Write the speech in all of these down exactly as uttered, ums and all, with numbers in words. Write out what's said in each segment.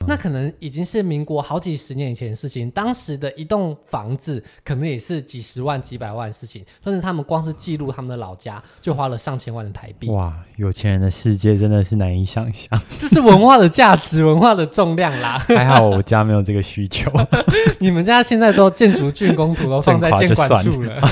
那可能已经是民国好几十年以前的事情，当时的一栋房子可能也是几十万几百万的事情，甚至他们光是记录他们的老家就花了上千万的台币。 哇，有钱人的世界真的是难以想象。 这是文化的价值，文化的重量啦。 还好我家没有这个需求。 你们家现在都建筑竣工图都放在建管处了。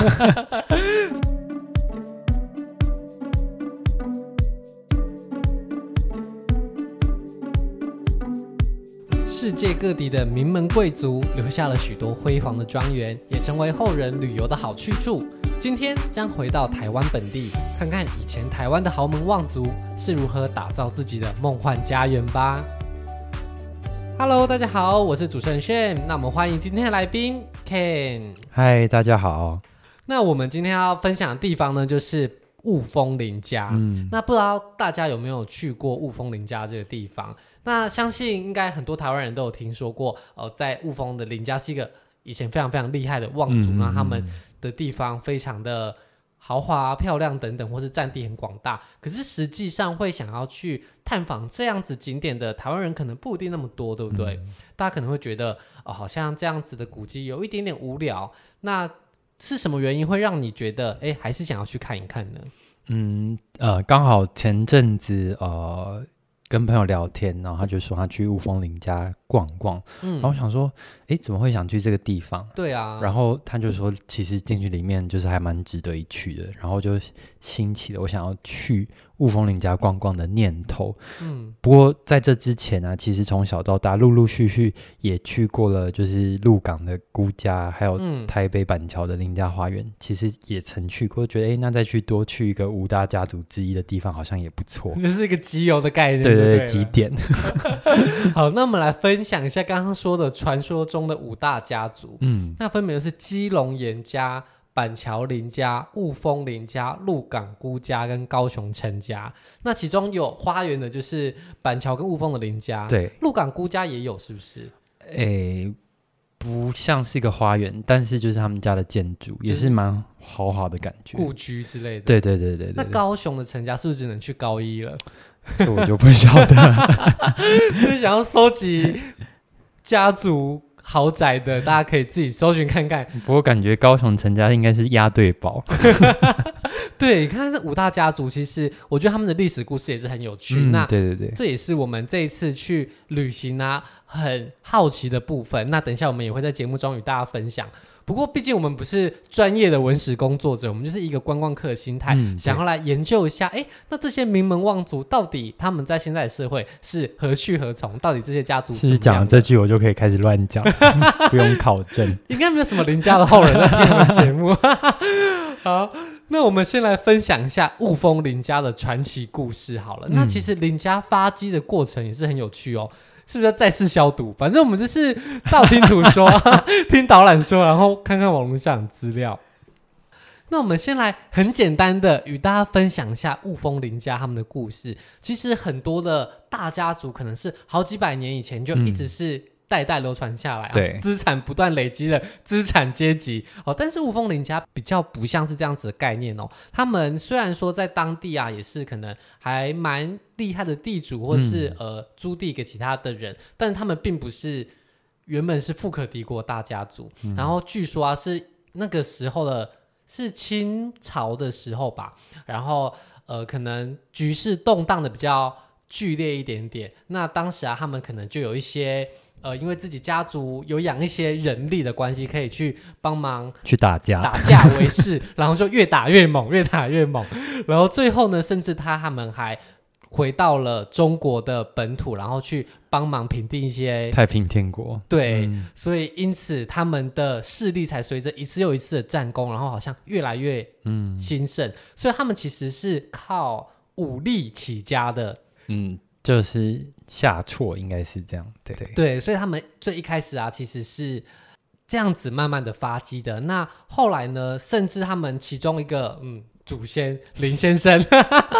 世界各地的名门贵族留下了许多辉煌的庄园，也成为后人旅游的好去处。今天将回到台湾本地，看看以前台湾的豪门望族是如何打造自己的梦幻家园吧。Hello， 大家好，我是主持人 Shane。那我们欢迎今天的来宾 Ken。 嗨，大家好。 那我们今天要分享的地方呢，就是雾峰林家。嗯，那不知道大家有没有去过雾峰林家这个地方？那相信应该很多台湾人都有听说过，呃，在雾峰的林家是一个以前非常非常厉害的望族，那、嗯、他们的地方非常的豪华、漂亮等等，或是占地很广大。可是实际上会想要去探访这样子景点的台湾人可能不一定那么多，对不对？嗯、大家可能会觉得，哦，好像这样子的古迹有一点点无聊。那是什么原因会让你觉得，哎，还是想要去看一看呢？ 嗯，呃，刚好前阵子，呃。跟朋友聊天，然后他就说他去雾峰林家逛逛，嗯，然后我想说，哎，怎么会想去这个地方？ 对啊， 然后他就说，其实进去里面就是还蛮值得一去的，然后就兴起了我想要去雾峰林家逛逛的念头。嗯，不过在这之前啊，其实从小到大陆陆续续也去过了，就是鹿港的姑家，还有台北板桥的林家花园，嗯、其实也曾去过，觉得哎，那再去多去一个五大家族之一的地方，好像也不错。 这是一个集邮的概念， 对。 对对，几点？ 好，那我们来分享一下刚刚说的传说中的五大家族。嗯，那分别是基隆严家、板桥林家、雾峰林家、鹿港姑家跟高雄陈家。那其中有花园的就是板桥跟雾峰的林家， 对， 鹿港姑家也有，是不是？ 诶，不像是一个花园，但是就是他们家的建筑也是蛮豪华的感觉， 故居之类的。 对对对 对, 对, 对。 那高雄的陈家是不是只能去高一了？ 这我就不晓得。 就是想要收集家族豪宅的，大家可以自己搜寻看看。 不过感觉高雄陈家应该是押对宝。 对，你看这五大家族，其实我觉得他们的历史故事也是很有趣。 嗯、 那对对对， 这也是我们这一次去旅行啊很好奇的部分。那等一下我们也会在节目中与大家分享。不过毕竟我们不是专业的文史工作者，我们就是一个观光客的心态、嗯、想要来研究一下，哎，那这些名门望族到底他们在现在的社会是何去何从？到底这些家族是讲了这句我就可以开始乱讲。不用考证。 应该没有什么林家的后人在听我们节目。好，那我们先来分享一下雾峰林家的传奇故事好了、嗯、那其实林家发迹的过程也是很有趣哦，是不是要再次消毒？反正我们就是道听途说听导览说，然后看看网络上的资料。那我们先来很简单的与大家分享一下雾峰林家他们的故事。其实很多的大家族可能是好几百年以前就一直是代代流传下来、啊对、 资产不断累积的资产阶级、哦、但是雾峰林家比较不像是这样子的概念哦。他们虽然说在当地啊也是可能还蛮厉害的地主，或是、嗯、呃租地给其他的人，但是他们并不是原本是富可敌国大家族、嗯、然后据说啊是那个时候的是清朝的时候吧，然后呃可能局势动荡的比较剧烈一点点。那当时啊他们可能就有一些呃，因为自己家族有养一些人力的关系，可以去帮忙去打架， 打架为事，然后就越打越猛，越打越猛。然后最后呢，甚至他他们还回到了中国的本土，然后去帮忙平定一些太平天国。 对、嗯，所以因此他们的势力才随着一次又一次的战功，然后好像越来越兴盛、嗯。所以他们其实是靠武力起家的。 嗯。就是下挫应该是这样，对对对，所以他们最一开始啊其实是这样子慢慢的发迹的。那后来呢，甚至他们其中一个嗯祖先林先生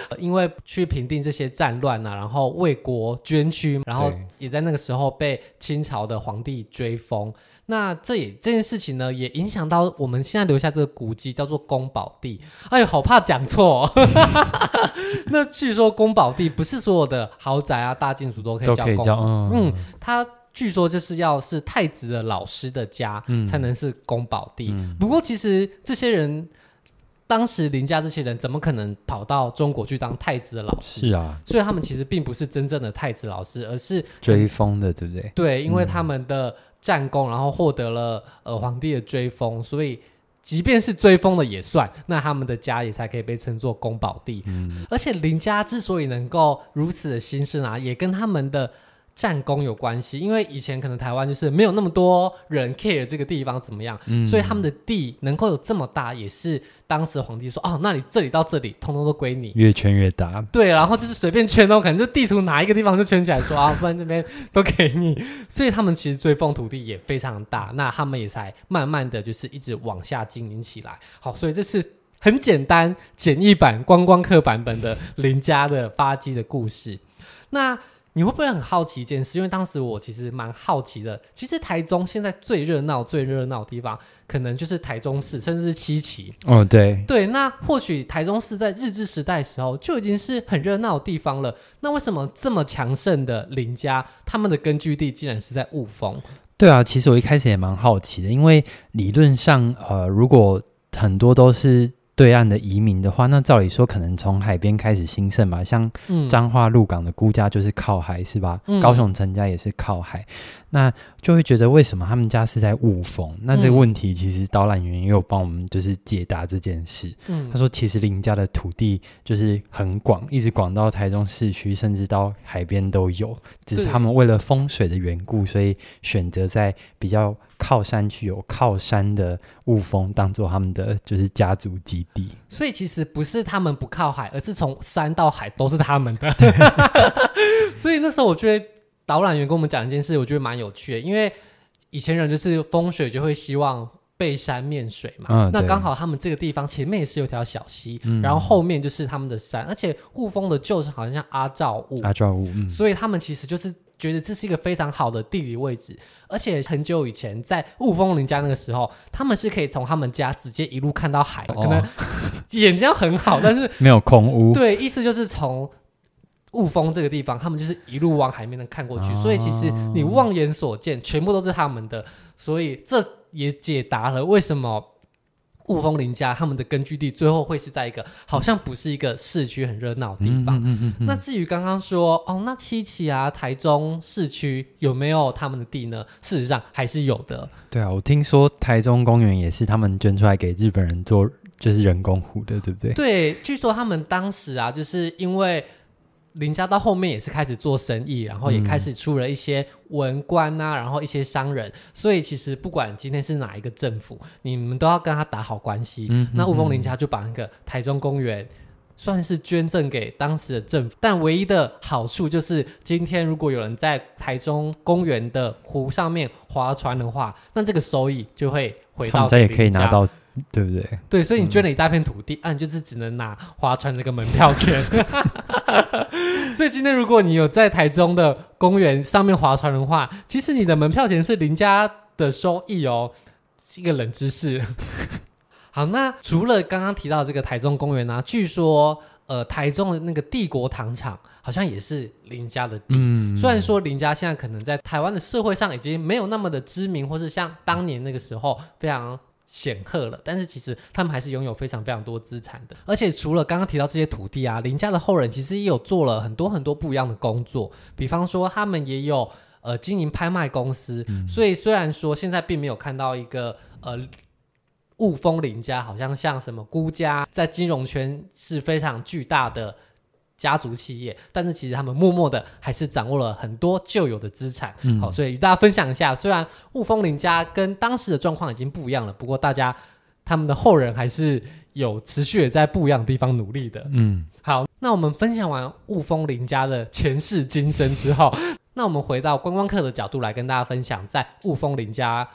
因为去平定这些战乱啊，然后为国捐躯，然后也在那个时候被清朝的皇帝追封。那这也这件事情呢，也影响到我们现在留下这个古迹，叫做宫保地。哎呦，好怕讲错、哦。那据说宫保地不是所有的豪宅啊、大建筑都可以叫宫保，嗯，嗯它据说就是要是太子的老师的家、嗯、才能是宫保地、嗯。不过其实这些人。当时林家这些人怎么可能跑到中国去当太子的老师？ 是啊， 所以他们其实并不是真正的太子老师，而是追封的，对不对？ 对，因为他们的战功，然后获得了呃皇帝的追封，所以即便是追封的也算，那他们的家也才可以被称作宫保地。嗯，而且林家之所以能够如此的兴盛啊，也跟他们的战功有关系，因为以前可能台湾就是没有那么多人 care 这个地方怎么样、嗯、所以他们的地能够有这么大，也是当时皇帝说哦，那你这里到这里通通都归你， 越圈越大。 对，然后就是随便圈哦，可能就地图哪一个地方就圈起来说啊，不然这边都给你。所以他们其实追封土地也非常大，那他们也才慢慢的就是一直往下经营起来。好，所以这是很简单简易版观光客版本的林家的发迹的故事。那你会不会很好奇一件事？因为当时我其实蛮好奇的。其实台中现在最热闹、最热闹的地方，可能就是台中市，甚至是七期。 哦，对对。那或许台中市在日治时代的时候就已经是很热闹的地方了。那为什么这么强盛的林家，他们的根据地竟然是在雾峰？ 对啊，其实我一开始也蛮好奇的，因为理论上，呃，如果很多都是对岸的移民的话，那照理说可能从海边开始兴盛吧，像彰化鹿港的估价就是靠海是吧、嗯、高雄陈家也是靠海，那就会觉得为什么他们家是在雾峰。那这个问题其实导览员也有帮我们就是解答这件事、嗯、他说其实林家的土地就是很广，一直广到台中市区，甚至到海边都有，只是他们为了风水的缘故，所以选择在比较靠山区有靠山的雾峰当做他们的就是家族基地。 所以其实不是他们不靠海，而是从山到海都是他们的。所以那时候我觉得导览员跟我们讲一件事，我觉得蛮有趣的，因为以前人就是风水就会希望背山面水嘛、嗯、那刚好他们这个地方前面也是有条小溪、嗯、然后后面就是他们的山，而且雾峰的旧是好像像阿照雾阿照雾、嗯、 所以他们其实就是觉得这是一个非常好的地理位置。而且很久以前在雾峰林家那个时候，他们是可以从他们家直接一路看到海、哦、可能眼睛很好但是没有空屋。 对，意思就是从雾峰这个地方他们就是一路往海面能看过去、哦、所以其实你望眼所见全部都是他们的，所以这也解答了为什么雾峰林家他们的根据地最后会是在一个好像不是一个市区很热闹的地方、嗯嗯嗯嗯、那至于刚刚说哦，那七期啊台中市区有没有他们的地呢？事实上还是有的。 对啊，我听说台中公园也是他们捐出来给日本人做就是人工湖的，对不对？ 对，据说他们当时啊就是因为林家到后面也是开始做生意，然后也开始出了一些文官啊、嗯、然后一些商人，所以其实不管今天是哪一个政府，你们都要跟他打好关系、嗯、那雾峰林家就把那个台中公园算是捐赠给当时的政府，但唯一的好处就是今天如果有人在台中公园的湖上面划船的话，那这个收益就会回到他们也可以拿到，对不对？ 对，所以你捐了一大片土地、嗯、啊，你就是只能拿划船这个门票钱。所以今天如果你有在台中的公园上面划船的话，其实你的门票钱是林家的收益哦，是一个冷知识。好，那除了刚刚提到这个台中公园啊，据说呃台中的那个帝国糖厂好像也是林家的地、嗯、虽然说林家现在可能在台湾的社会上已经没有那么的知名，或是像当年那个时候非常显赫了，但是其实他们还是拥有非常非常多资产的。而且除了刚刚提到这些土地啊，林家的后人其实也有做了很多很多不一样的工作，比方说他们也有呃经营拍卖公司、嗯、所以虽然说现在并没有看到一个呃雾峰林家好像像什么辜家在金融圈是非常巨大的家族企业，但是其实他们默默的还是掌握了很多旧有的资产、嗯、好，所以与大家分享一下，虽然雾峰林家跟当时的状况已经不一样了，不过大家他们的后人还是有持续的在不一样的地方努力的。嗯，好，那我们分享完雾峰林家的前世今生之后，那我们回到观光客的角度来跟大家分享在雾峰林家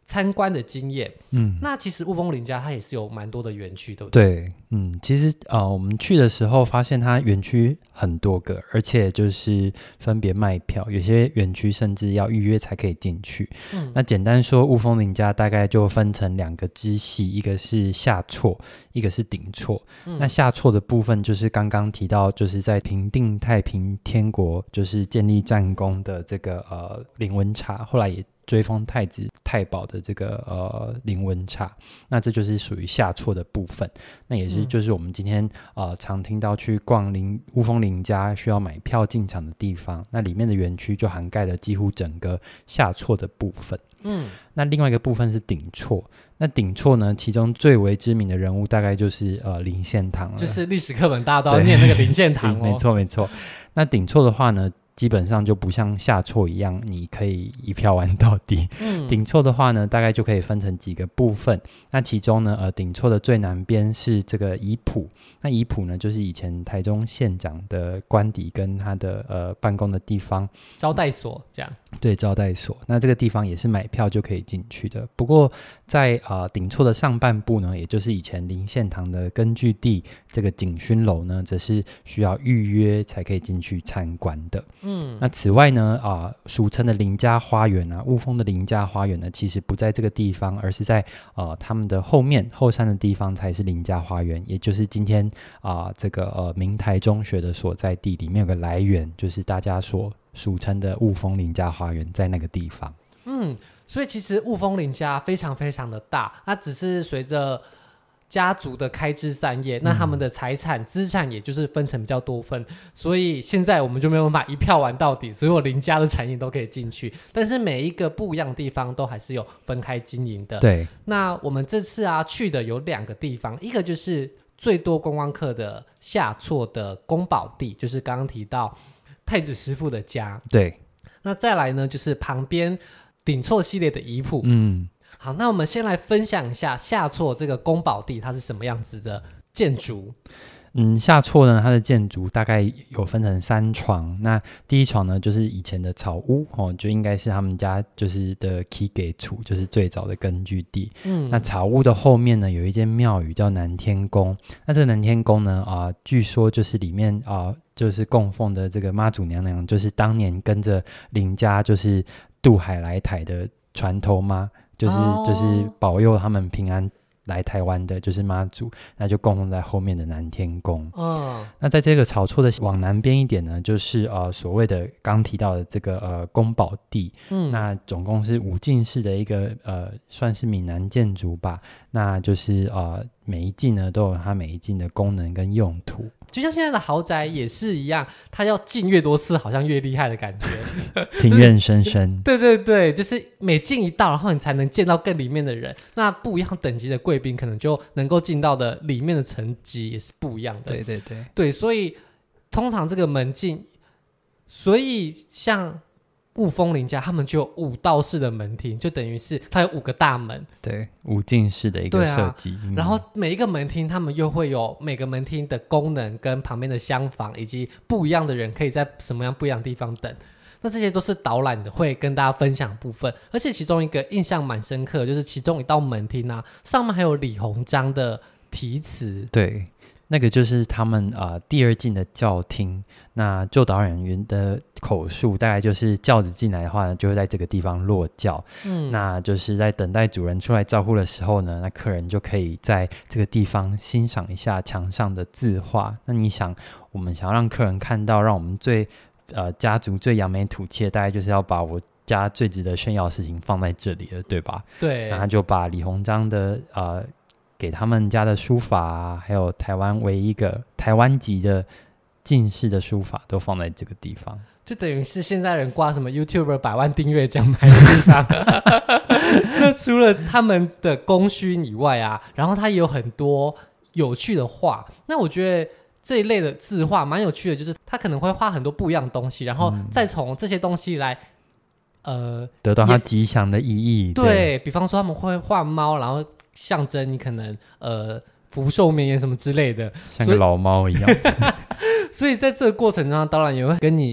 参观的经验。 嗯， 那其实雾峰林家它也是有蛮多的园区，对不对？ 对，嗯，其实呃，我们去的时候发现它园区很多个，而且就是分别卖票，有些园区甚至要预约才可以进去。嗯，那简单说，雾峰林家大概就分成两个支系，一个是下错，一个是顶错。嗯，那下错的部分就是刚刚提到，就是在平定太平天国，就是建立战功的这个呃林文茶，后来也追封太子太保的这个呃林文茶，那这就是属于下错的部分。那也是就是我们今天、嗯、呃常听到去逛林雾峰林家需要买票进场的地方，那里面的园区就涵盖了几乎整个下错的部分。嗯，那另外一个部分是顶错。那顶错呢，其中最为知名的人物大概就是呃林献堂了， 就是历史课本大家都要念那个林献堂哦。 没错没错。那顶错的话呢，基本上就不像下错一样你可以一票玩到底。嗯，顶错的话呢，大概就可以分成几个部分。那其中呢，呃，顶错的最南边是这个乙埔。那乙埔呢，就是以前台中县长的官邸跟他的呃办公的地方， 招待所这样。 对，招待所。那这个地方也是买票就可以进去的。不过在呃顶错的上半部呢，也就是以前林献堂的根据地这个景勋楼呢，则是需要预约才可以进去参观的。嗯，那此外呢，啊、呃，俗称的林家花园啊，雾峰的林家花园呢，其实不在这个地方，而是在呃他们的后面后山的地方才是林家花园，也就是今天啊、呃、这个呃明台中学的所在地，里面有个来源，就是大家所俗称的雾峰林家花园，在那个地方。 嗯，所以其实雾峰林家非常非常的大，那只是随着家族的开枝散叶，那他们的财产资产也就是分成比较多份，所以现在我们就没有办法一票玩到底，所有林家的产业都可以进去，但是每一个不一样的地方都还是有分开经营的。 对， 那我们这次啊去的有两个地方，一个就是最多观光客的下错的宫保地，就是刚刚提到太子师傅的家。 对， 那再来呢就是旁边顶错系列的乙埔。 嗯， 好，那我们先来分享一下下错这个宫保地它是什么样子的建筑。 嗯，下错呢，它的建筑大概有分成三床。那第一床呢，就是以前的草屋哦，就应该是他们家就是的起家厝，就是最早的根据地。嗯，那草屋的后面呢，有一间庙宇叫南天宫。那这个南天宫呢，啊、呃，据说就是里面啊、呃，就是供奉的这个妈祖娘娘，就是当年跟着林家就是渡海来台的船头妈，就是、哦、就是保佑他们平安来台湾的，就是妈祖，那就供奉在后面的南天宫。嗯，那在这个草厝的往南边一点呢，就是呃所谓的刚提到的这个呃宫保地。嗯，那总共是五进式的一个呃算是闽南建筑吧。那就是呃每一进呢都有它每一进的功能跟用途。 就像现在的豪宅也是一样，它要进越多次好像越厉害的感觉。 庭院深深。 对对对，就是每进一道，然后你才能见到更里面的人。那不一样等级的贵宾可能就能够进到的里面的层级也是不一样的。 对对对对，所以通常这个门禁，所以像雾峰林家他们就有五道式的门厅，就等于是它有五个大门。 对，五进式的一个设计、啊嗯、然后每一个门厅他们又会有每个门厅的功能跟旁边的厢房，以及不一样的人可以在什么样不一样的地方等。那这些都是导览的会跟大家分享的部分。而且其中一个印象蛮深刻，就是其中一道门厅啊，上面还有李鸿章的题词。 对，那个就是他们呃第二进的教厅。那就导览员的口述大概就是轿子进来的话呢，就会在这个地方落轿。嗯，那就是在等待主人出来招呼的时候呢，那客人就可以在这个地方欣赏一下墙上的字画。那你想，我们想要让客人看到让我们最呃家族最扬眉吐气的，大概就是要把我家最值得炫耀的事情放在这里了，对吧？ 对， 那他就把李鸿章的呃给他们家的书法、啊、还有台湾唯一一个台湾籍的进士的书法都放在这个地方， 就等于是现在人挂什么 YouTuber 百万订阅奖牌的地方。那除了他们的功勋以外啊，然后他也有很多有趣的画。那我觉得这一类的字画蛮有趣的，就是他可能会画很多不一样的东西，然后再从这些东西来呃得到它吉祥的意义。 对, 对，比方说他们会画猫，然后象征你可能呃福寿绵延什么之类的， 像个老猫一样。 所以在这个过程中当然也会跟你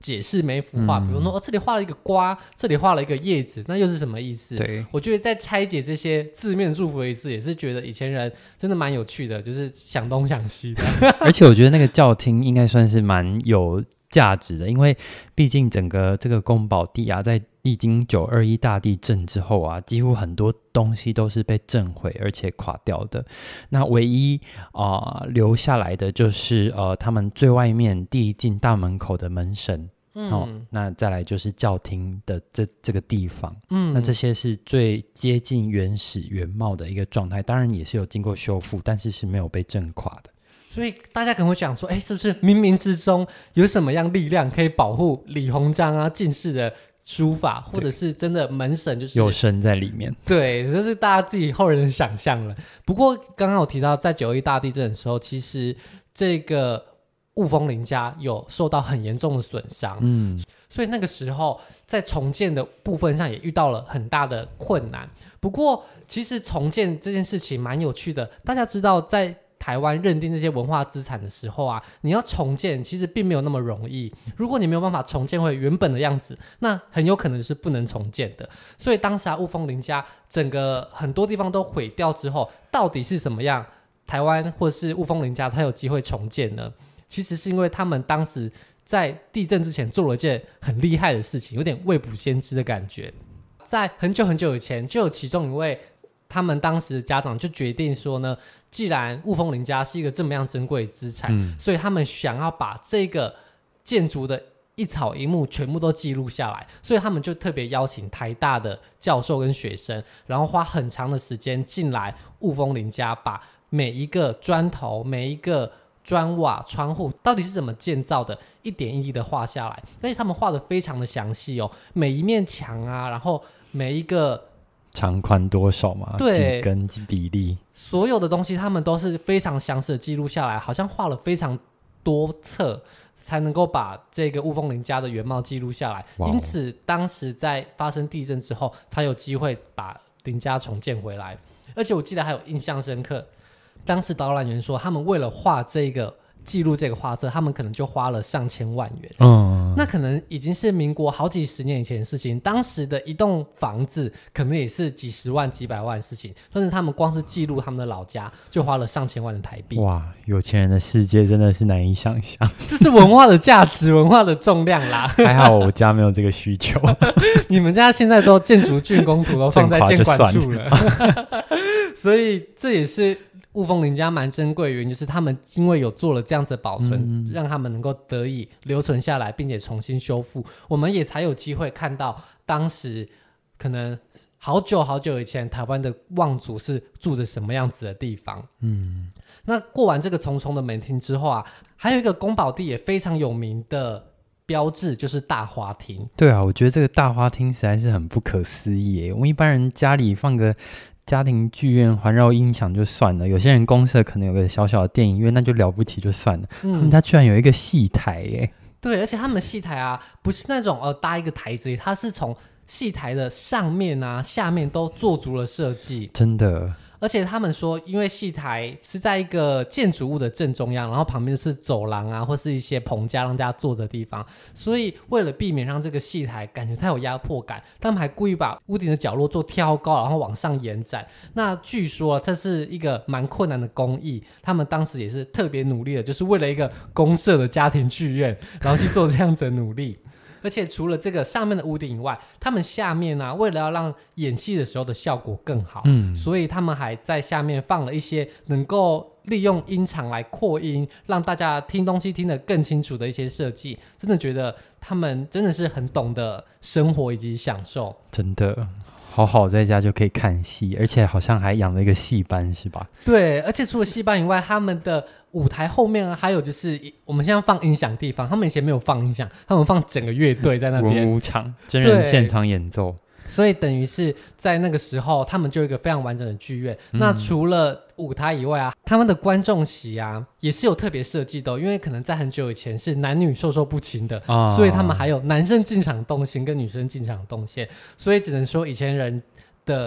解释每一幅画、嗯、比如说、哦、这里画了一个瓜，这里画了一个叶子，那又是什么意思？ 对， 我觉得在拆解这些字面祝福的意思，也是觉得以前人真的蛮有趣的，就是想东想西的而且我觉得那个教厅应该算是蛮有价值的，因为毕竟整个这个宫保地啊，在历经九二一大地震之后啊，几乎很多东西都是被震毁而且垮掉的。那唯一啊、呃、留下来的就是呃他们最外面第一进大门口的门神。嗯、哦，那再来就是教厅的这这个地方，嗯，那这些是最接近原始原貌的一个状态，当然也是有经过修复，但是是没有被震垮的。 所以大家可能会想说，哎，是不是冥冥之中有什么样力量可以保护李鸿章啊、进士的书法，或者是真的门神就是有神在里面？对， 这是大家自己后人的想象了。不过刚刚有提到，在九二一大地震的时候，其实这个雾峰林家有受到很严重的损伤，嗯，所以那个时候在重建的部分上也遇到了很大的困难。不过其实重建这件事情蛮有趣的，大家知道在台湾认定这些文化资产的时候啊，你要重建其实并没有那么容易。如果你没有办法重建回原本的样子，那很有可能是不能重建的。所以当时啊，雾峰林家整个很多地方都毁掉之后，到底是什么样台湾或是雾峰林家才有机会重建呢？其实是因为他们当时在地震之前做了一件很厉害的事情，有点未卜先知的感觉。在很久很久以前，就有其中一位他们当时的家长就决定说呢，既然雾峰林家是一个这么样珍贵的资产、嗯、所以他们想要把这个建筑的一草一木全部都记录下来，所以他们就特别邀请台大的教授跟学生，然后花很长的时间进来雾峰林家，把每一个砖头、每一个砖瓦、窗户到底是怎么建造的，一点一滴的画下来。而且他们画的非常的详细哦，每一面墙啊，然后每一个长宽多少嘛， 对， 几根比例， 所有的东西他们都是非常详细的记录下来，好像画了非常多册才能够把这个雾峰林家的原貌记录下来。因此当时在发生地震之后才有机会把林家重建回来。而且我记得还有印象深刻，当时导览员说他们为了画这个记录这个画册，他们可能就花了上千万元、嗯、那可能已经是民国好几十年以前的事情，当时的一栋房子可能也是几十万几百万的事情，但是他们光是记录他们的老家就花了上千万的台币。 哇，有钱人的世界真的是难以想象这是文化的价值文化的重量啦还好我家没有这个需求你们家现在都建筑竣工图都放在建管处了所以这也是雾峰林家蛮珍贵的原因，就是他们因为有做了这样子的保存、嗯、让他们能够得以留存下来并且重新修复，我们也才有机会看到当时可能好久好久以前台湾的望族是住着什么样子的地方。嗯，那过完这个重重的门厅之后啊，还有一个宫保地也非常有名的标志，就是大花厅。 对啊，我觉得这个大花厅实在是很不可思议耶。我们一般人家里放个家庭剧院环绕音响就算了，有些人公社可能有个小小的电影院，那就了不起就算了、嗯、他们家居然有一个戏台耶。 对，而且他们的戏台啊不是那种呃搭一个台子，它是从戏台的上面啊下面都做足了设计， 真的。 而且他们说因为戏台是在一个建筑物的正中央，然后旁边是走廊啊或是一些棚架让大家坐的地方，所以为了避免让这个戏台感觉太有压迫感，他们还故意把屋顶的角落做挑高然后往上延展。那据说这是一个蛮困难的工艺，他们当时也是特别努力的，就是为了一个公社的家庭剧院然后去做这样子的努力而且除了这个上面的屋顶以外，他们下面呢、啊，为了要让演戏的时候的效果更好、嗯、所以他们还在下面放了一些能够利用音场来扩音，让大家听东西听得更清楚的一些设计。真的觉得他们真的是很懂得生活以及享受， 真的好好在家就可以看戏，而且好像还养了一个戏班是吧？ 对，而且除了戏班以外，他们的舞台后面啊，还有就是我们现在放音响地方，他们以前没有放音响，他们放整个乐队在那边， 文武场真人现场演奏， 所以等于是在那个时候他们就有一个非常完整的剧院、嗯、那除了舞台以外啊，他们的观众席啊也是有特别设计的、哦、因为可能在很久以前是男女授受不亲的、哦、所以他们还有男生进场动线跟女生进场动线，所以只能说以前人的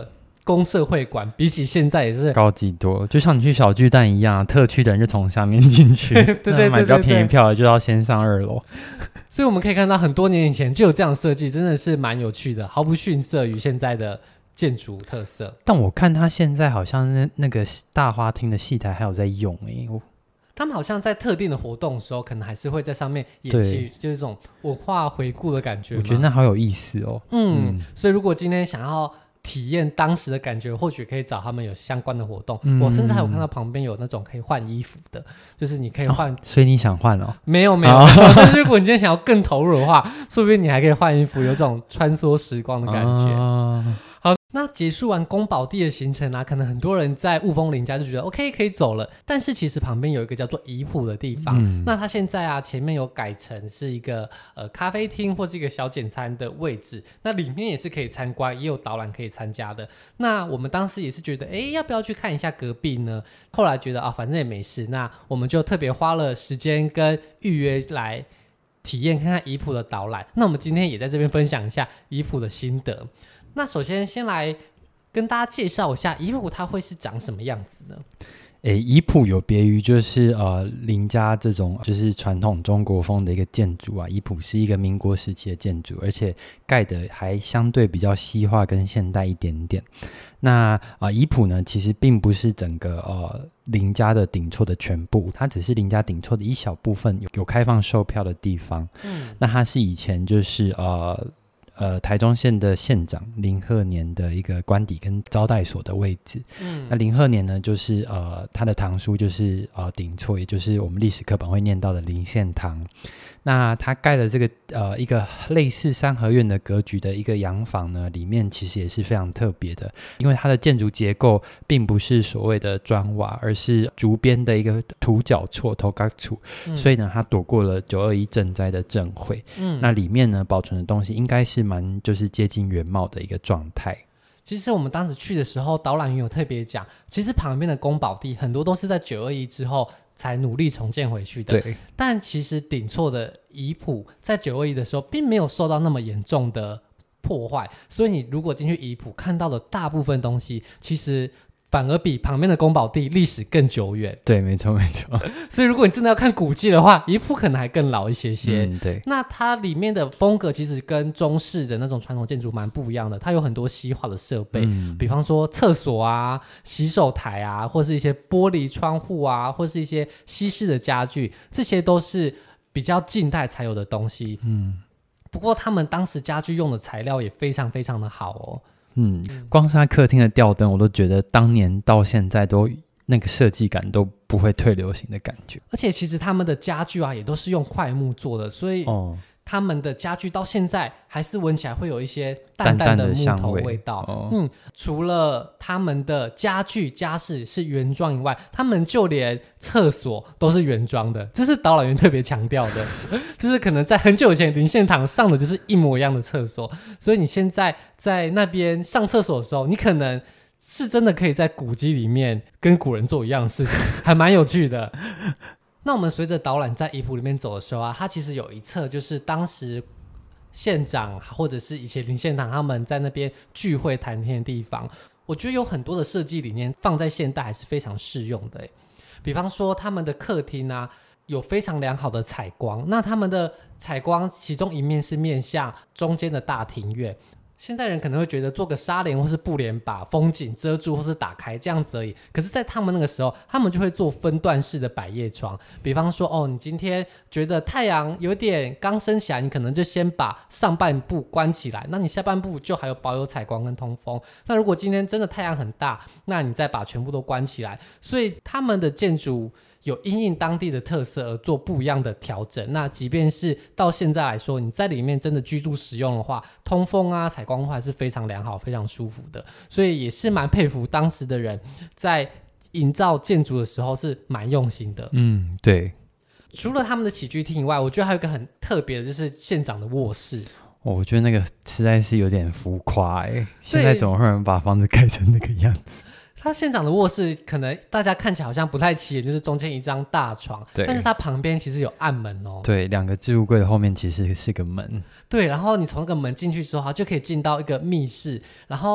公社会馆比起现在也是高级多，就像你去小巨蛋一样，特区的人就从下面进去， 对对对对对， 买比较便宜票的就要先上二楼。 所以我们可以看到很多年以前就有这样的设计，真的是蛮有趣的，毫不逊色于现在的建筑特色。 但我看他现在好像 那, 那个大花厅的戏台还有在用诶、欸， 他们好像在特定的活动的时候，可能还是会在上面演戏，就是这种文化回顾的感觉。 我觉得那好有意思哦。 嗯，嗯所以如果今天想要体验当时的感觉，或许可以找他们有相关的活动。嗯、我甚至还有看到旁边有那种可以换衣服的，就是你可以换、哦。 所以你想换哦？ 没有没有，哦、但是如果你今天想要更投入的话，说不定你还可以换衣服，有这种穿梭时光的感觉。哦好，那结束完宫保地的行程啊，可能很多人在雾峰林家就觉得 OK 可以走了，但是其实旁边有一个叫做怡浦的地方、嗯、那它现在啊前面有改成是一个呃咖啡厅或是一个小简餐的位置，那里面也是可以参观，也有导览可以参加的。那我们当时也是觉得哎要不要去看一下隔壁呢，后来觉得啊反正也没事，那我们就特别花了时间跟预约来体验看看怡浦的导览。那我们今天也在这边分享一下怡浦的心得。那首先先来跟大家介绍一下怡浦它会是长什么样子呢？ 诶，怡浦有别于就是呃林家这种就是传统中国风的一个建筑啊，怡浦是一个民国时期的建筑，而且盖的还相对比较西化跟现代一点点。那啊，怡浦呢其实并不是整个呃林家的顶厝的全部，它只是林家顶厝的一小部分 有, 有开放售票的地方。嗯，那它是以前就是呃。呃，台中县的县长林鹤年的一个官邸跟招待所的位置。嗯，那林鹤年呢，就是呃，他的堂叔就是呃顶厝，也就是我们历史课本会念到的林献堂。那他盖了这个呃一个类似三合院的格局的一个洋房呢，里面其实也是非常特别的，因为它的建筑结构并不是所谓的砖瓦，而是竹编的一个土角厝头角厝、嗯、所以呢，它躲过了九二一震灾的震毁。嗯，那里面呢保存的东西应该是蛮就是接近原貌的一个状态。 其实我们当时去的时候，导览员有特别讲，其实旁边的宫保地很多都是在九二一之后才努力重建回去的。 对， 但其实顶厝的怡浦在九二一的时候并没有受到那么严重的破坏，所以你如果进去怡浦看到的大部分东西，其实反而比旁边的宫保地历史更久远。 对，没错没错。 所以如果你真的要看古迹的话，怡浦可能还更老一些些。 嗯，对。 那它里面的风格其实跟中式的那种传统建筑蛮不一样的，它有很多西化的设备、嗯、比方说厕所啊、洗手台啊，或是一些玻璃窗户啊，或是一些西式的家具，这些都是比较近代才有的东西。嗯，不过他们当时家具用的材料也非常非常的好哦。 嗯，光是他客厅的吊灯我都觉得当年到现在都那个设计感都不会退流行的感觉。 而且其实他们的家具啊也都是用檜木做的，所以他们的家具到现在还是闻起来会有一些淡淡的木头味道。淡淡的香味、哦、嗯，除了他们的家具家饰是原装以外，他们就连厕所都是原装的，这是导览员特别强调的就是可能在很久以前林献堂上的就是一模一样的厕所，所以你现在在那边上厕所的时候，你可能是真的可以在古迹里面跟古人做一样的事情还蛮有趣的。那我们随着导览在怡浦里面走的时候啊，它其实有一侧就是当时县长或者是以前林献堂他们在那边聚会谈天的地方，我觉得有很多的设计理念放在现代还是非常适用的。比方说他们的客厅啊有非常良好的采光，那他们的采光其中一面是面向中间的大庭院，现代人可能会觉得做个纱帘或是布帘把风景遮住或是打开这样子而已，可是在他们那个时候他们就会做分段式的百叶窗，比方说哦，你今天觉得太阳有点刚升起来，你可能就先把上半部关起来，那你下半部就还有保有采光跟通风，那如果今天真的太阳很大，那你再把全部都关起来，所以他们的建筑有因应当地的特色而做不一样的调整。那即便是到现在来说，你在里面真的居住使用的话，通风啊采光还是非常良好非常舒服的，所以也是蛮佩服当时的人在营造建筑的时候是蛮用心的。 嗯，对。 除了他们的起居厅以外，我觉得还有一个很特别的就是县长的卧室。 哦、我觉得那个实在是有点浮夸耶，现在怎么会有人把房子盖成那个样子？ 他县长的卧室可能大家看起来好像不太起眼，就是中间一张大床，但是他旁边其实有暗门哦。 对，两个置物柜的后面其实是个门。 对，然后你从那个门进去之后，就可以进到一个密室，然后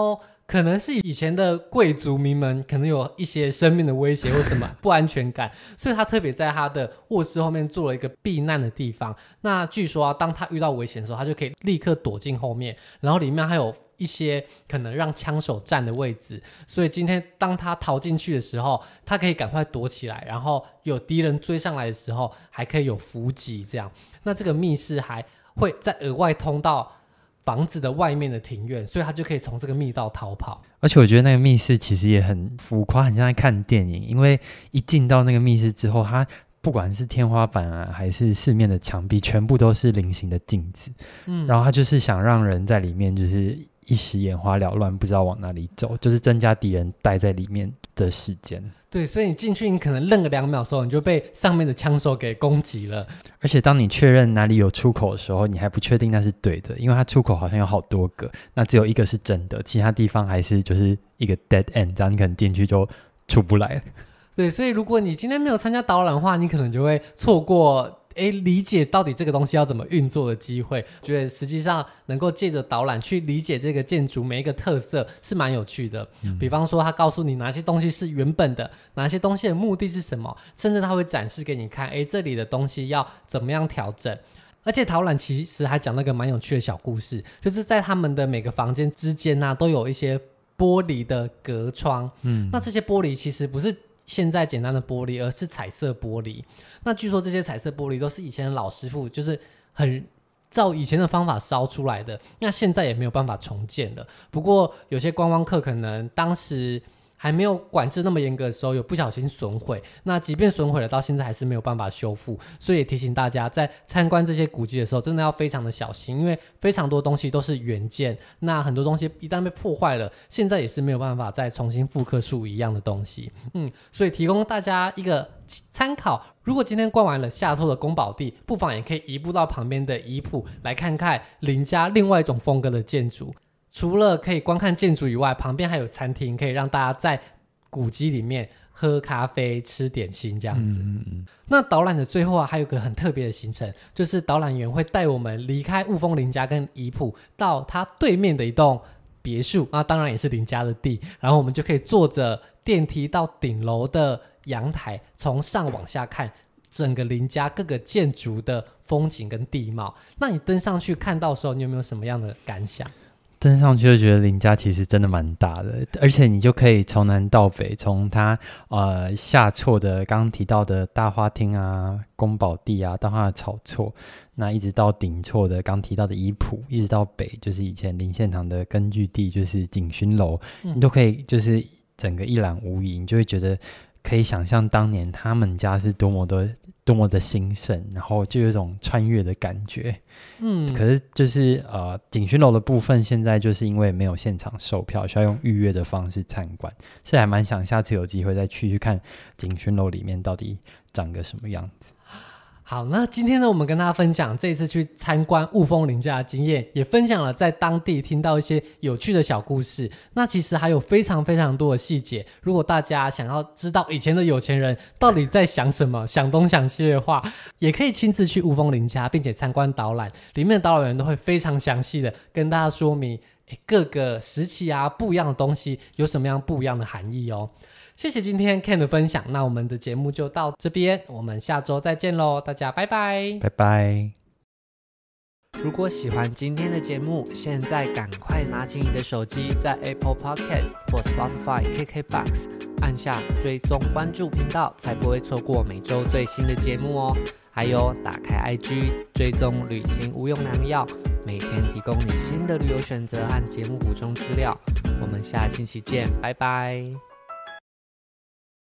可能是以前的贵族名门可能有一些生命的威胁或什么不安全感，所以他特别在他的卧室后面做了一个避难的地方。那据说啊，当他遇到危险的时候，他就可以立刻躲进后面，然后里面还有一些可能让枪手站的位置，所以今天当他逃进去的时候，他可以赶快躲起来，然后有敌人追上来的时候还可以有伏击这样。那这个密室还会再额外通到房子的外面的庭院，所以他就可以从这个密道逃跑。 而且我觉得那个密室其实也很浮夸，很像在看电影，因为一进到那个密室之后，它不管是天花板啊还是四面的墙壁全部都是菱形的镜子、嗯、然后他就是想让人在里面就是一时眼花缭乱，不知道往哪里走，就是增加敌人待在里面的时间。 对，所以你进去你可能愣个两秒的时候，你就被上面的枪手给攻击了。 而且当你确认哪里有出口的时候，你还不确定那是对的，因为它出口好像有好多个，那只有一个是真的，其他地方还是就是一个 dead end， 这样你可能进去就出不来了。 对，所以如果你今天没有参加导览的话，你可能就会错过诶理解到底这个东西要怎么运作的机会。我觉得实际上能够借着导览去理解这个建筑每一个特色是蛮有趣的、嗯、比方说他告诉你哪些东西是原本的，哪些东西的目的是什么，甚至他会展示给你看诶这里的东西要怎么样调整。而且导览其实还讲那个蛮有趣的小故事，就是在他们的每个房间之间啊都有一些玻璃的隔窗、嗯、那这些玻璃其实不是现在简单的玻璃，而是彩色玻璃。那据说这些彩色玻璃都是以前的老师傅就是很照以前的方法烧出来的，那现在也没有办法重建的。不过有些观光客可能当时还没有管制那么严格的时候有不小心损毁，那即便损毁了到现在还是没有办法修复，所以也提醒大家在参观这些古迹的时候真的要非常的小心，因为非常多东西都是原件，那很多东西一旦被破坏了现在也是没有办法再重新复刻出一样的东西。嗯，所以提供大家一个参考，如果今天逛完了下周的宫保地，不妨也可以移步到旁边的怡浦来看看林家另外一种风格的建筑。除了可以观看建筑以外，旁边还有餐厅可以让大家在古迹里面喝咖啡吃点心这样子、嗯嗯、那导览的最后啊还有个很特别的行程，就是导览员会带我们离开雾峰林家跟怡浦到他对面的一栋别墅，那当然也是林家的地，然后我们就可以坐着电梯到顶楼的阳台，从上往下看整个林家各个建筑的风景跟地貌。那你登上去看到的时候，你有没有什么样的感想？ 登上去就觉得林家其实真的蛮大的，而且你就可以从南到北，从它呃下错的刚刚提到的大花厅啊、宫保地啊，到它的草厝，那一直到顶错的刚提到的怡浦，一直到北就是以前林献堂的根据地，就是景勋楼、嗯、你都可以就是整个一览无遗，你就会觉得可以想象当年他们家是多么的多么的兴盛，然后就有一种穿越的感觉。嗯，可是就是呃，景勋楼的部分现在就是因为没有现场售票，需要用预约的方式参观，是还蛮想下次有机会再去去看景勋楼里面到底长个什么样子。 好，那今天呢我们跟大家分享这一次去参观雾峰林家的经验，也分享了在当地听到一些有趣的小故事。那其实还有非常非常多的细节，如果大家想要知道以前的有钱人到底在想什么想东想西的话，也可以亲自去雾峰林家并且参观导览，里面的导览员都会非常详细的跟大家说明各个时期啊不一样的东西有什么样不一样的含义哦。谢谢今天 Ken 的分享，那我们的节目就到这边，我们下周再见咯，大家拜拜拜拜。 如果喜欢今天的节目，现在赶快拿起你的手机，在 Apple Podcast 或 Spotify、K K B O X 按下追踪关注频道，才不会错过每周最新的节目哦。还有打开 I G 追踪旅行无用良药，每天提供你新的旅游选择和节目补充资料。我们下星期见，拜拜。